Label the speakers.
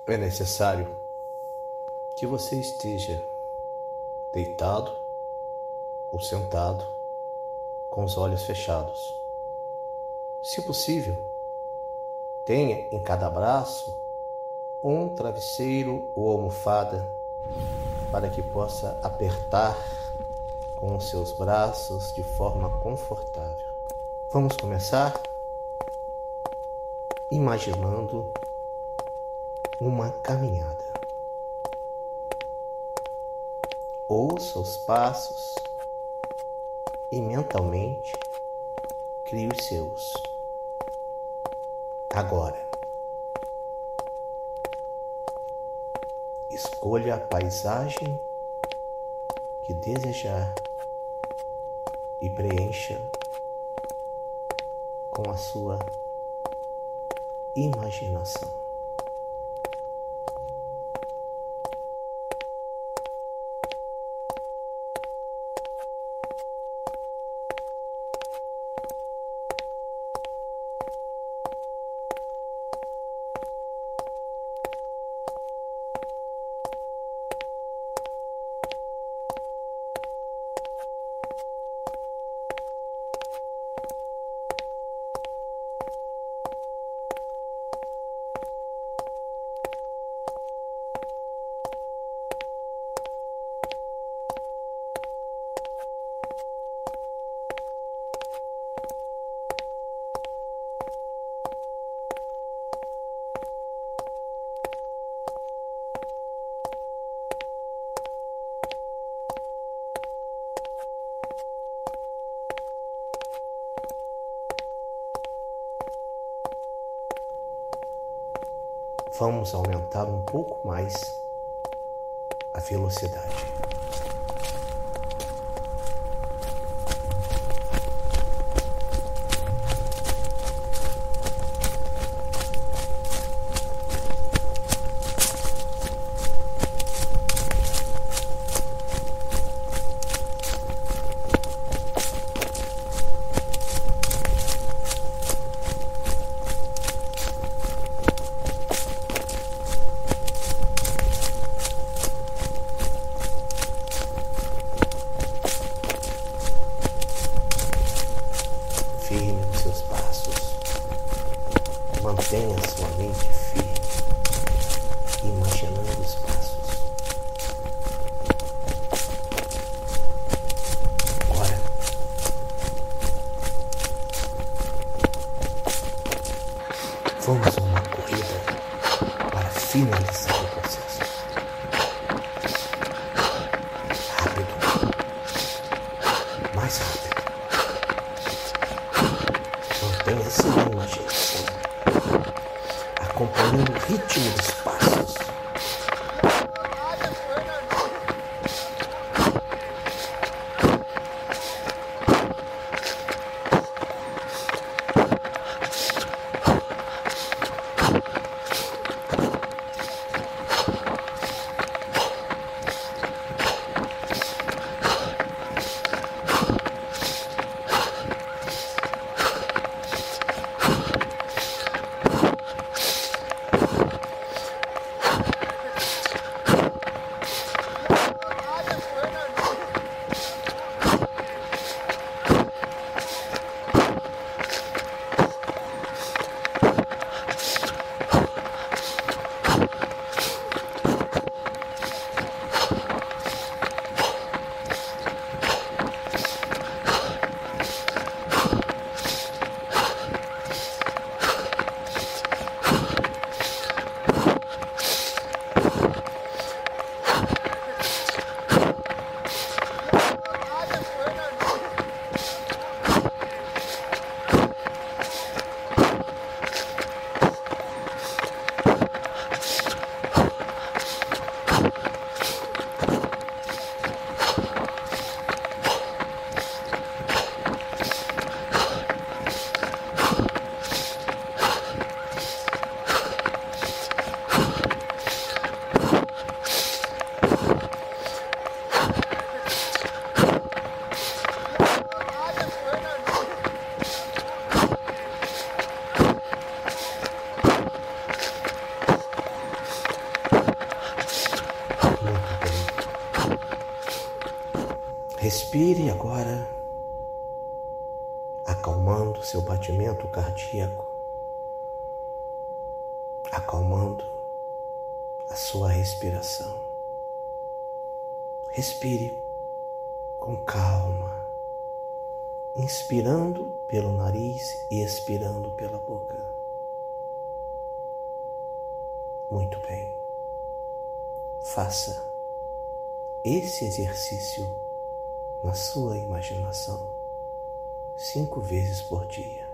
Speaker 1: É necessário que você esteja deitado ou sentado com os olhos fechados. Se possível, tenha em cada braço um travesseiro ou almofada para que possa apertar com os seus braços de forma confortável. Vamos começar imaginando uma caminhada. Ouça os passos e mentalmente crie os seus. Agora, escolha a paisagem que desejar e preencha com a sua imaginação. Vamos aumentar um pouco mais a velocidade. Firme nos seus passos. Mantenha sua mente firme, imaginando os passos. Agora, vamos a uma corrida para finalizar o processo. Rápido. Mais rápido. Mantenha essa imaginação, acompanhando o ritmo dos passos. Respire agora, acalmando seu batimento cardíaco, acalmando a sua respiração. Respire com calma, inspirando pelo nariz e expirando pela boca. Muito bem. Faça esse exercício na sua imaginação 5 vezes por dia.